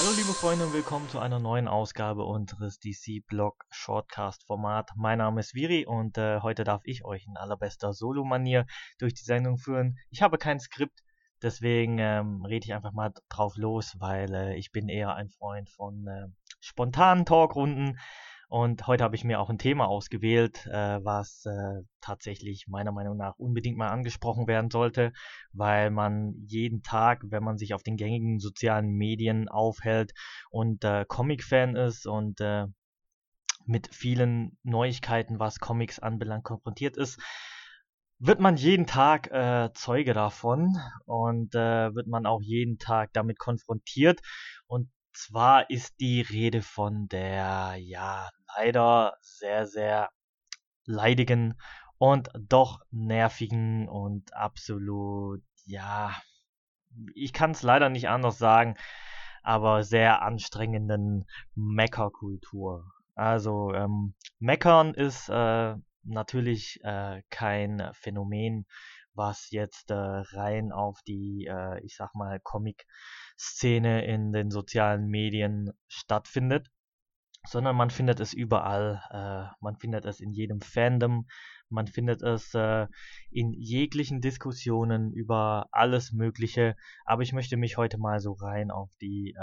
Hallo liebe Freunde und willkommen zu einer neuen Ausgabe unseres DC-Blog Shortcast-Format. Mein Name ist Viri und heute darf ich euch in allerbester Solo-Manier durch die Sendung führen. Ich habe kein Skript, deswegen rede ich einfach mal drauf los, weil ich bin eher ein Freund von spontanen Talkrunden. Und heute habe ich mir auch ein Thema ausgewählt, was tatsächlich meiner Meinung nach unbedingt mal angesprochen werden sollte, weil man jeden Tag, wenn man sich auf den gängigen sozialen Medien aufhält und Comic-Fan ist und mit vielen Neuigkeiten, was Comics anbelangt, konfrontiert ist, wird man jeden Tag Zeuge davon und wird man auch jeden Tag damit konfrontiert. Und zwar ist die Rede von der, ja, leider sehr, sehr leidigen und doch nervigen und absolut, ja, ich kann es leider nicht anders sagen, aber sehr anstrengenden Meckerkultur. Also Meckern ist natürlich kein Phänomen, was jetzt rein auf die, ich sag mal, Comic-Szene in den sozialen Medien stattfindet, sondern man findet es überall. Man findet es in jedem Fandom, man findet es in jeglichen Diskussionen über alles Mögliche. Aber ich möchte mich heute mal so rein auf die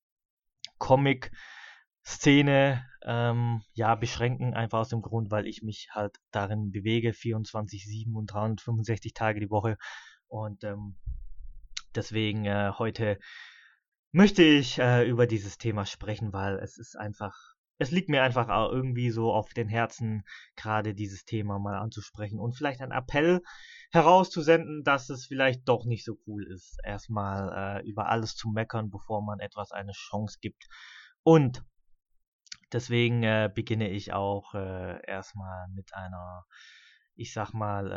Comic-Szene ja, beschränken, einfach aus dem Grund, weil ich mich halt darin bewege, 24/7 und 365 Tage die Woche. Und deswegen heute möchte ich über dieses Thema sprechen, weil es liegt mir einfach auch irgendwie so auf den Herzen, gerade dieses Thema mal anzusprechen und vielleicht einen Appell herauszusenden, dass es vielleicht doch nicht so cool ist, erstmal über alles zu meckern, bevor man etwas eine Chance gibt. Und deswegen beginne ich auch erstmal mit einer, ich sag mal,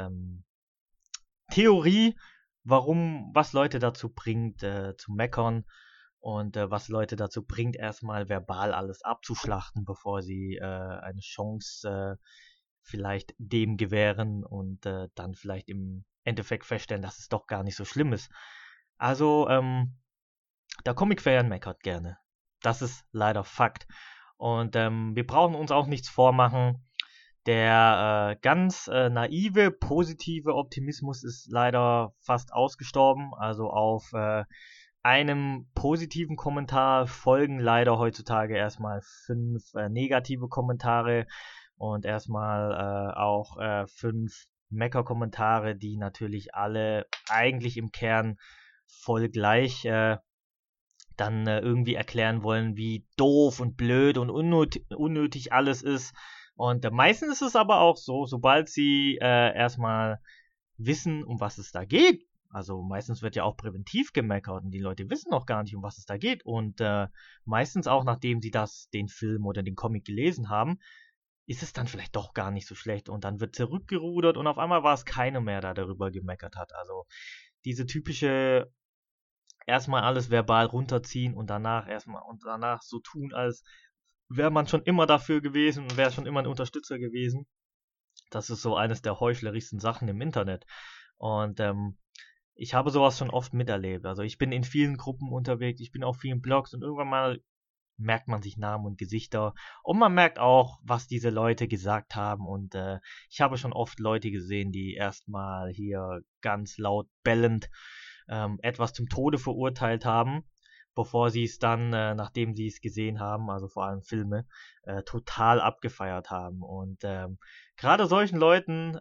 Theorie, was Leute dazu bringt, zu meckern und was Leute dazu bringt, erstmal verbal alles abzuschlachten, bevor sie eine Chance vielleicht dem gewähren und dann vielleicht im Endeffekt feststellen, dass es doch gar nicht so schlimm ist. Also, der Comic-Fan meckert gerne. Das ist leider Fakt. Und wir brauchen uns auch nichts vormachen. Der ganz naive, positive Optimismus ist leider fast ausgestorben. Also auf einem positiven Kommentar folgen leider heutzutage erstmal 5 negative Kommentare und erstmal auch 5 Mecker-Kommentare, die natürlich alle eigentlich im Kern voll gleich dann irgendwie erklären wollen, wie doof und blöd und unnötig alles ist. Und meistens ist es aber auch so, sobald sie erstmal wissen, um was es da geht. Also meistens wird ja auch präventiv gemeckert und die Leute wissen noch gar nicht, um was es da geht. Und meistens auch, nachdem sie den Film oder den Comic gelesen haben, ist es dann vielleicht doch gar nicht so schlecht. Und dann wird zurückgerudert und auf einmal war es keiner mehr, der darüber gemeckert hat. Also diese typische erstmal alles verbal runterziehen und danach so tun, als wäre man schon immer dafür gewesen und wäre schon immer ein Unterstützer gewesen. Das ist so eines der heuchlerischsten Sachen im Internet. Und ich habe sowas schon oft miterlebt. Also ich bin in vielen Gruppen unterwegs, ich bin auf vielen Blogs und irgendwann mal merkt man sich Namen und Gesichter und man merkt auch, was diese Leute gesagt haben. Und ich habe schon oft Leute gesehen, die erstmal hier ganz laut bellend etwas zum Tode verurteilt haben, bevor sie es dann, nachdem sie es gesehen haben, also vor allem Filme, total abgefeiert haben. Und gerade solchen Leuten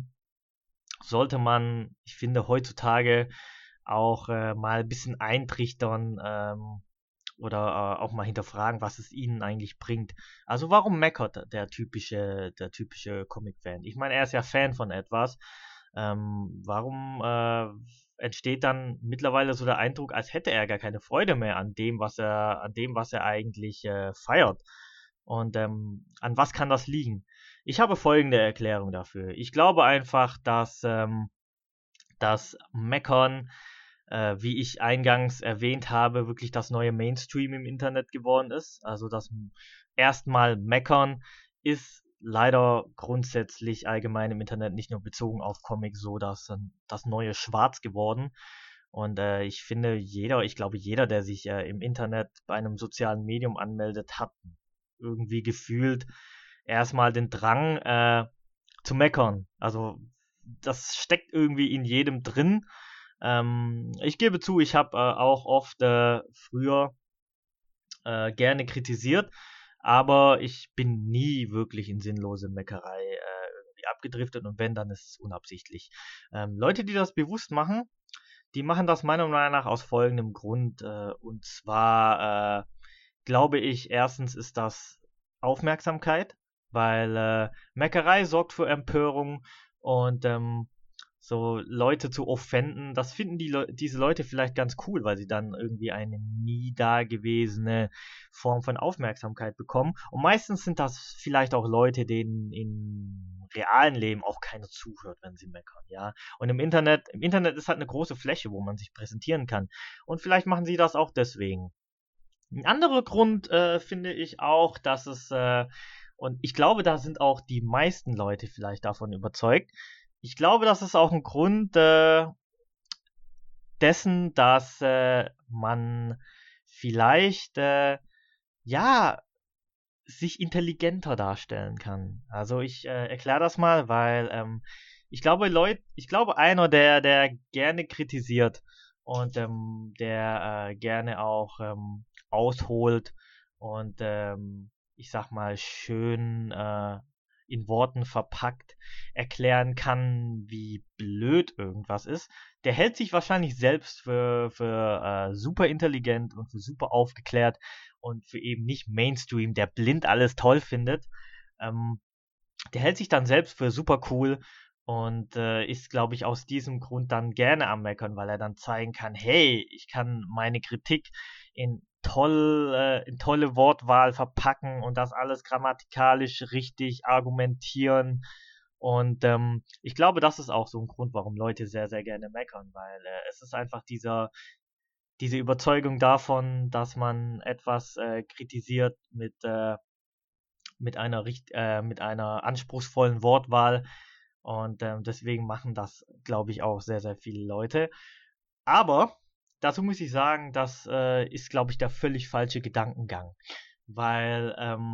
sollte man, ich finde, heutzutage auch mal ein bisschen eintrichtern oder auch mal hinterfragen, was es ihnen eigentlich bringt. Also warum meckert der typische Comic-Fan? Ich meine, er ist ja Fan von etwas. Warum entsteht dann mittlerweile so der Eindruck, als hätte er gar keine Freude mehr an dem, was er eigentlich feiert? Und an was kann das liegen? Ich habe folgende Erklärung dafür. Ich glaube einfach, dass das Meckern, wie ich eingangs erwähnt habe, wirklich das neue Mainstream im Internet geworden ist. Also das erstmal Meckern ist leider grundsätzlich allgemein im Internet, nicht nur bezogen auf Comics, so das neue Schwarz geworden. Und ich finde, ich glaube, jeder, der sich im Internet bei einem sozialen Medium anmeldet, hat irgendwie gefühlt erstmal den Drang zu meckern. Also das steckt irgendwie in jedem drin. Ich gebe zu, ich habe auch oft früher gerne kritisiert, aber ich bin nie wirklich in sinnlose Meckerei irgendwie abgedriftet, und wenn, dann ist es unabsichtlich. Leute, die das bewusst machen, die machen das meiner Meinung nach aus folgendem Grund. Und zwar glaube ich, erstens ist das Aufmerksamkeit, weil Meckerei sorgt für Empörung, und so Leute zu offenden, das finden diese Leute vielleicht ganz cool, weil sie dann irgendwie eine nie dagewesene Form von Aufmerksamkeit bekommen. Und meistens sind das vielleicht auch Leute, denen im realen Leben auch keiner zuhört, wenn sie meckern, ja. Und im Internet ist halt eine große Fläche, wo man sich präsentieren kann. Und vielleicht machen sie das auch deswegen. Ein anderer Grund finde ich auch, dass und ich glaube, da sind auch die meisten Leute vielleicht davon überzeugt. Ich glaube, das ist auch ein Grund dessen, dass man vielleicht ja sich intelligenter darstellen kann. Also ich erkläre das mal, weil ich glaube, einer, der gerne kritisiert und der gerne auch ausholt und ich sag mal schön in Worten verpackt erklären kann, wie blöd irgendwas ist, der hält sich wahrscheinlich selbst für super intelligent und für super aufgeklärt und für eben nicht Mainstream, der blind alles toll findet. Ähm, Der hält sich dann selbst für super cool und ist, glaube ich, aus diesem Grund dann gerne am Meckern, weil er dann zeigen kann, hey, ich kann meine Kritik in tolle Wortwahl verpacken und das alles grammatikalisch richtig argumentieren. Und ich glaube, das ist auch so ein Grund, warum Leute sehr, sehr gerne meckern, weil es ist einfach diese Überzeugung davon, dass man etwas kritisiert mit einer anspruchsvollen Wortwahl, und deswegen machen das, glaube ich, auch sehr, sehr viele Leute. Aber dazu muss ich sagen, das ist, glaube ich, der völlig falsche Gedankengang, weil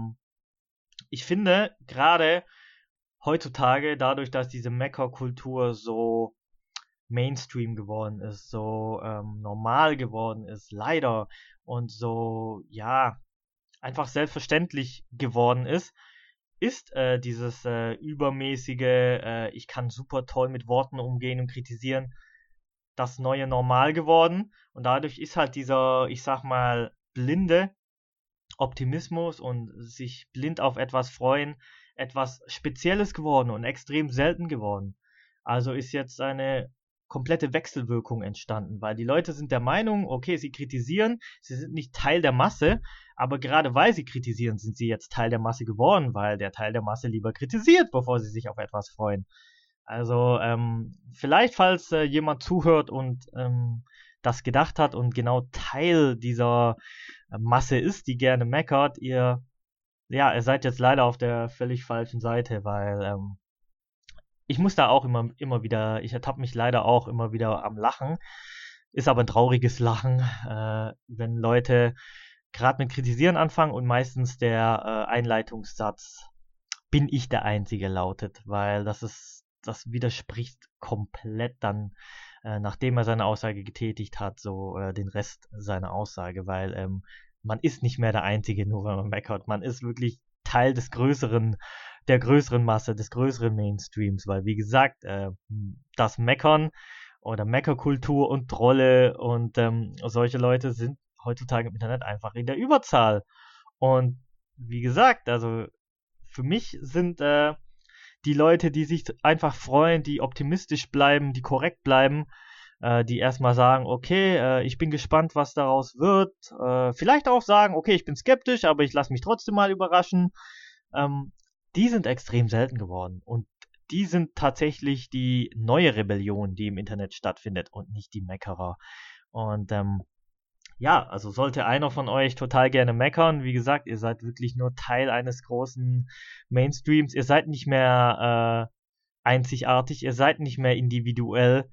ich finde, gerade heutzutage, dadurch, dass diese Mecker-Kultur so Mainstream geworden ist, so normal geworden ist, leider, und so, ja, einfach selbstverständlich geworden ist dieses übermäßige, ich kann super toll mit Worten umgehen und kritisieren, das neue Normal geworden. Und dadurch ist halt dieser, ich sag mal, blinde Optimismus und sich blind auf etwas freuen, etwas Spezielles geworden und extrem selten geworden. Also ist jetzt eine komplette Wechselwirkung entstanden, weil die Leute sind der Meinung, okay, sie kritisieren, sie sind nicht Teil der Masse, aber gerade weil sie kritisieren, sind sie jetzt Teil der Masse geworden, weil der Teil der Masse lieber kritisiert, bevor sie sich auf etwas freuen. Also vielleicht, falls jemand zuhört und das gedacht hat und genau Teil dieser Masse ist, die gerne meckert, ihr seid jetzt leider auf der völlig falschen Seite, weil ich muss da auch immer wieder, ich ertappe mich leider auch immer wieder am Lachen, ist aber ein trauriges Lachen, wenn Leute gerade mit Kritisieren anfangen und meistens der Einleitungssatz bin ich der Einzige lautet, weil das widerspricht komplett dann, nachdem er seine Aussage getätigt hat, so den Rest seiner Aussage, weil man ist nicht mehr der Einzige, nur wenn man meckert. Man ist wirklich Teil der größeren Masse, des größeren Mainstreams, weil wie gesagt, das Meckern oder Meckerkultur und Trolle und solche Leute sind heutzutage im Internet einfach in der Überzahl. Und wie gesagt, also für mich sind die Leute, die sich einfach freuen, die optimistisch bleiben, die korrekt bleiben, die erstmal sagen, okay, ich bin gespannt, was daraus wird. Vielleicht auch sagen, okay, ich bin skeptisch, aber ich lasse mich trotzdem mal überraschen. Ähm, Die sind extrem selten geworden. Und die sind tatsächlich die neue Rebellion, die im Internet stattfindet und nicht die Meckerer. Und ja, also sollte einer von euch total gerne meckern, wie gesagt, ihr seid wirklich nur Teil eines großen Mainstreams, ihr seid nicht mehr einzigartig, ihr seid nicht mehr individuell,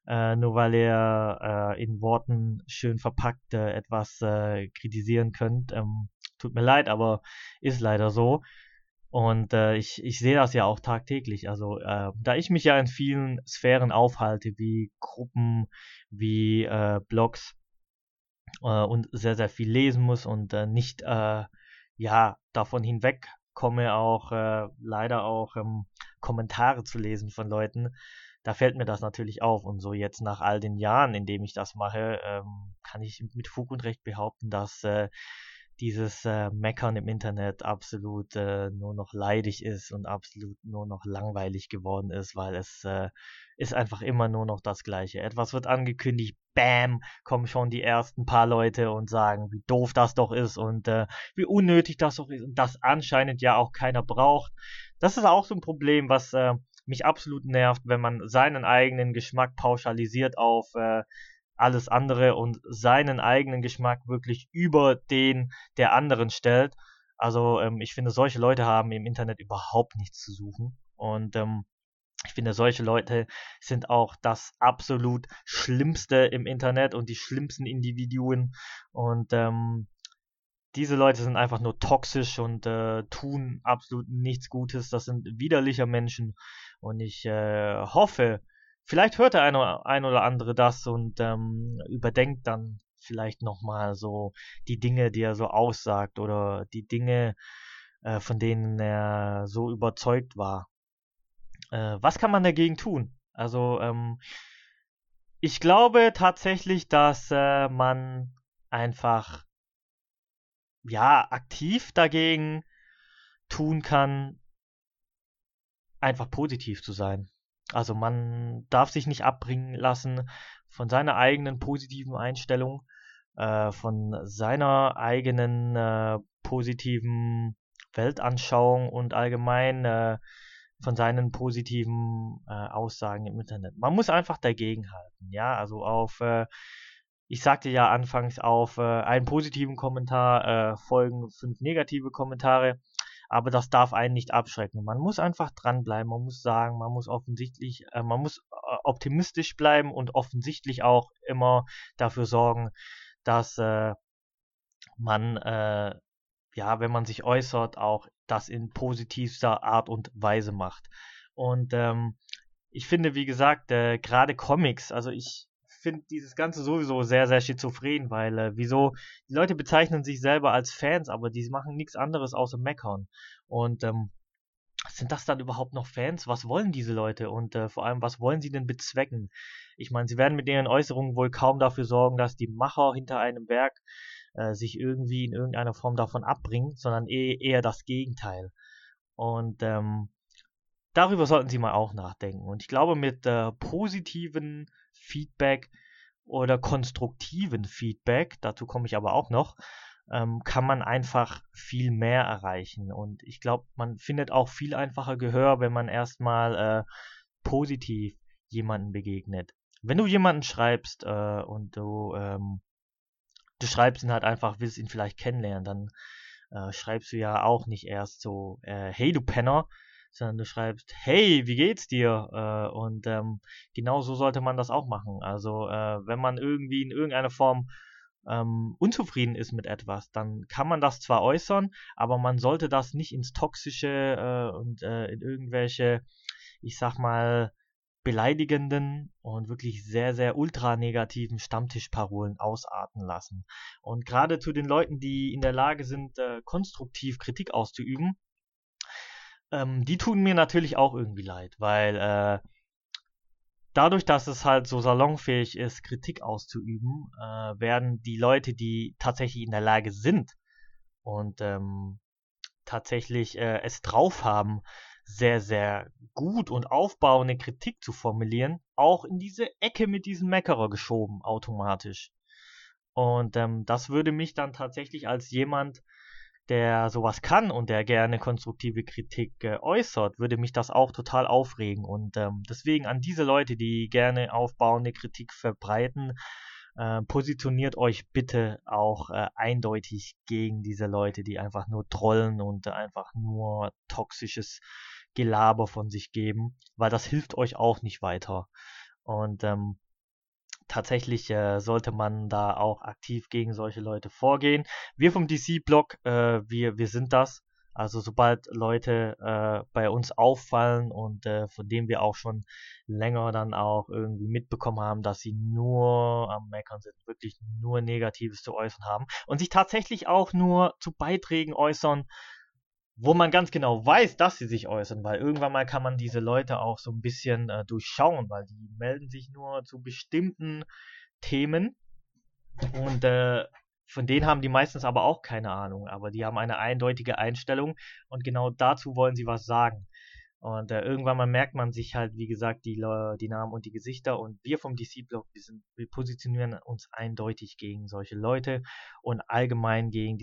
nur weil ihr in Worten schön verpackt etwas kritisieren könnt. Tut mir leid, aber ist leider so. Und ich sehe das ja auch tagtäglich. Also da ich mich ja in vielen Sphären aufhalte, wie Gruppen, wie Blogs und sehr, sehr viel lesen muss und nicht ja davon hinwegkomme, auch leider auch Kommentare zu lesen von Leuten, da fällt mir das natürlich auf. Und so jetzt nach all den Jahren, in dem ich das mache, kann ich mit Fug und Recht behaupten, dass dieses Meckern im Internet absolut nur noch leidig ist und absolut nur noch langweilig geworden ist, weil es ist einfach immer nur noch das Gleiche. Etwas wird angekündigt, bam, kommen schon die ersten paar Leute und sagen, wie doof das doch ist und wie unnötig das doch ist und das anscheinend ja auch keiner braucht. Das ist auch so ein Problem, was mich absolut nervt, wenn man seinen eigenen Geschmack pauschalisiert auf alles andere und seinen eigenen Geschmack wirklich über den der anderen stellt. Also ich finde, solche Leute haben im Internet überhaupt nichts zu suchen. Und ich finde, solche Leute sind auch das absolut Schlimmste im Internet und die schlimmsten Individuen. Und diese Leute sind einfach nur toxisch und tun absolut nichts Gutes. Das sind widerliche Menschen. Und ich hoffe, vielleicht hört der ein oder andere das und überdenkt dann vielleicht nochmal so die Dinge, die er so aussagt oder die Dinge, von denen er so überzeugt war. Was kann man dagegen tun? Also ich glaube tatsächlich, dass man einfach ja aktiv dagegen tun kann, einfach positiv zu sein. Also man darf sich nicht abbringen lassen von seiner eigenen positiven Einstellung, von seiner eigenen positiven Weltanschauung und allgemein von seinen positiven Aussagen im Internet. Man muss einfach dagegenhalten, ja, also ich sagte ja anfangs, auf einen positiven Kommentar folgen 5 negative Kommentare, aber das darf einen nicht abschrecken. Man muss einfach dranbleiben, man muss sagen, man muss optimistisch bleiben und offensichtlich auch immer dafür sorgen, dass man, ja, wenn man sich äußert, auch das in positivster Art und Weise macht. Und ich finde, wie gesagt, gerade Comics, also ich finde dieses Ganze sowieso sehr, sehr schizophren, weil wieso, die Leute bezeichnen sich selber als Fans, aber die machen nichts anderes außer meckern. Und sind das dann überhaupt noch Fans? Was wollen diese Leute? Und vor allem, was wollen sie denn bezwecken? Ich meine, sie werden mit ihren Äußerungen wohl kaum dafür sorgen, dass die Macher hinter einem Werk sich irgendwie in irgendeiner Form davon abbringen, sondern eher das Gegenteil. Und darüber sollten Sie mal auch nachdenken. Und ich glaube, mit positiven Feedback oder konstruktiven Feedback, dazu komme ich aber auch noch, kann man einfach viel mehr erreichen. Und ich glaube, man findet auch viel einfacher Gehör, wenn man erstmal positiv jemanden begegnet. Wenn du jemanden schreibst und du schreibst ihn halt einfach, willst ihn vielleicht kennenlernen, dann schreibst du ja auch nicht erst so, hey du Penner, sondern du schreibst, hey, wie geht's dir? Und genau so sollte man das auch machen. Also wenn man irgendwie in irgendeiner Form unzufrieden ist mit etwas, dann kann man das zwar äußern, aber man sollte das nicht ins Toxische und in irgendwelche, ich sag mal, beleidigenden und wirklich sehr, sehr ultra negativen Stammtischparolen ausarten lassen. Und gerade zu den Leuten, die in der Lage sind, konstruktiv Kritik auszuüben, die tun mir natürlich auch irgendwie leid, weil dadurch, dass es halt so salonfähig ist, Kritik auszuüben, werden die Leute, die tatsächlich in der Lage sind und tatsächlich es drauf haben, sehr, sehr gut und aufbauende Kritik zu formulieren, auch in diese Ecke mit diesem Meckerer geschoben, automatisch. Und das würde mich dann tatsächlich als jemand, der sowas kann und der gerne konstruktive Kritik äußert, würde mich das auch total aufregen. Und deswegen an diese Leute, die gerne aufbauende Kritik verbreiten, positioniert euch bitte auch eindeutig gegen diese Leute, die einfach nur trollen und einfach nur toxisches Gelaber von sich geben, weil das hilft euch auch nicht weiter. Und tatsächlich sollte man da auch aktiv gegen solche Leute vorgehen. Wir vom DC-Blog, wir sind das. Also sobald Leute bei uns auffallen und von denen wir auch schon länger dann auch irgendwie mitbekommen haben, dass sie nur am Meckern sind, wirklich nur Negatives zu äußern haben und sich tatsächlich auch nur zu Beiträgen äußern, wo man ganz genau weiß, dass sie sich äußern, weil irgendwann mal kann man diese Leute auch so ein bisschen durchschauen, weil die melden sich nur zu bestimmten Themen und von denen haben die meistens aber auch keine Ahnung, aber die haben eine eindeutige Einstellung und genau dazu wollen sie was sagen. Und irgendwann mal merkt man sich halt, wie gesagt, die Namen und die Gesichter. Und wir vom DC-Blog, wir positionieren uns eindeutig gegen solche Leute und allgemein gegen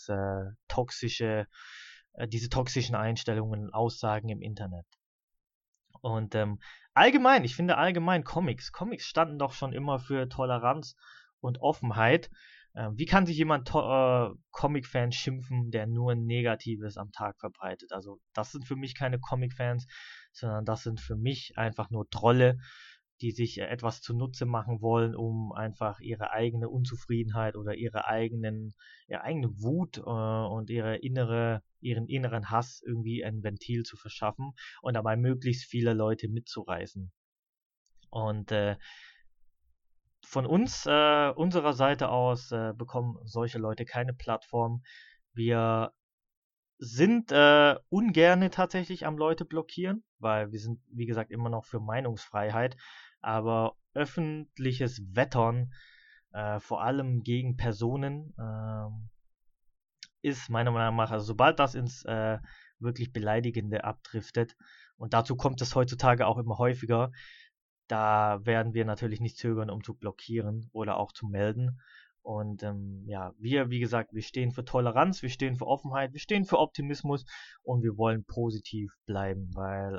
diese toxischen Einstellungen und Aussagen im Internet. Und allgemein, ich finde allgemein Comics standen doch schon immer für Toleranz und Offenheit. Wie kann sich jemand Comic-Fan schimpfen, der nur Negatives am Tag verbreitet? Also das sind für mich keine Comic-Fans, sondern das sind für mich einfach nur Trolle, die sich etwas zunutze machen wollen, um einfach ihre eigene Unzufriedenheit oder ihre eigene Wut und ihren inneren Hass irgendwie ein Ventil zu verschaffen und dabei möglichst viele Leute mitzureißen. Und von uns, unserer Seite aus, bekommen solche Leute keine Plattform. Wir sind ungerne tatsächlich am Leute blockieren, weil wir sind, wie gesagt, immer noch für Meinungsfreiheit. Aber öffentliches Wettern, vor allem gegen Personen, ist meiner Meinung nach, also sobald das ins wirklich Beleidigende abdriftet, und dazu kommt es heutzutage auch immer häufiger, da werden wir natürlich nicht zögern, um zu blockieren oder auch zu melden. Und ja, wie gesagt, wir stehen für Toleranz, wir stehen für Offenheit, wir stehen für Optimismus und wir wollen positiv bleiben, weil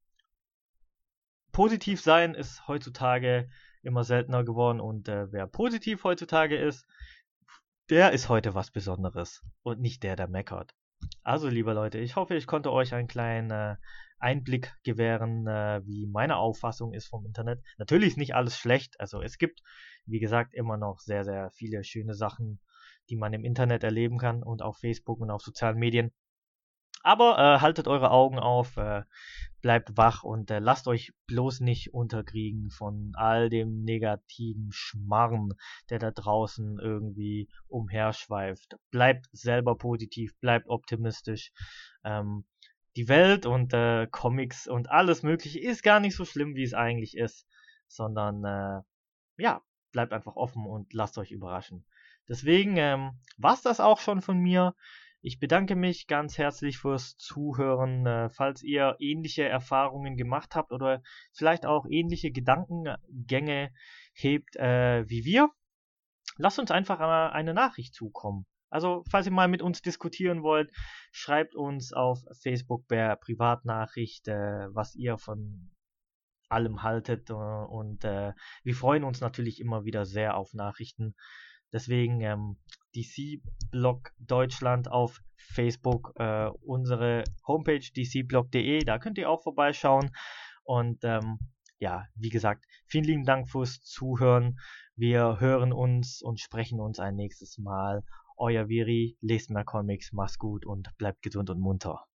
positiv sein ist heutzutage immer seltener geworden und wer positiv heutzutage ist, der ist heute was Besonderes und nicht der meckert. Also, liebe Leute, ich hoffe, ich konnte euch einen kleinen Einblick gewähren, wie meine Auffassung ist vom Internet. Natürlich ist nicht alles schlecht. Also es gibt, wie gesagt, immer noch sehr, sehr viele schöne Sachen, die man im Internet erleben kann und auf Facebook und auf sozialen Medien. Aber haltet eure Augen auf, bleibt wach und lasst euch bloß nicht unterkriegen von all dem negativen Schmarrn, der da draußen irgendwie umherschweift. Bleibt selber positiv, bleibt optimistisch. Die Welt und Comics und alles Mögliche ist gar nicht so schlimm, wie es eigentlich ist, sondern ja, bleibt einfach offen und lasst euch überraschen. Deswegen war's das auch schon von mir. Ich bedanke mich ganz herzlich fürs Zuhören. Falls ihr ähnliche Erfahrungen gemacht habt oder vielleicht auch ähnliche Gedankengänge hebt wie wir, lasst uns einfach eine Nachricht zukommen. Also, falls ihr mal mit uns diskutieren wollt, schreibt uns auf Facebook per Privatnachricht, was ihr von allem haltet. Und wir freuen uns natürlich immer wieder sehr auf Nachrichten. Deswegen DC-Blog Deutschland auf Facebook, unsere Homepage dcblog.de, da könnt ihr auch vorbeischauen. Und ja, wie gesagt, vielen lieben Dank fürs Zuhören. Wir hören uns und sprechen uns ein nächstes Mal. Euer Viri, lest mehr Comics, macht's gut und bleibt gesund und munter.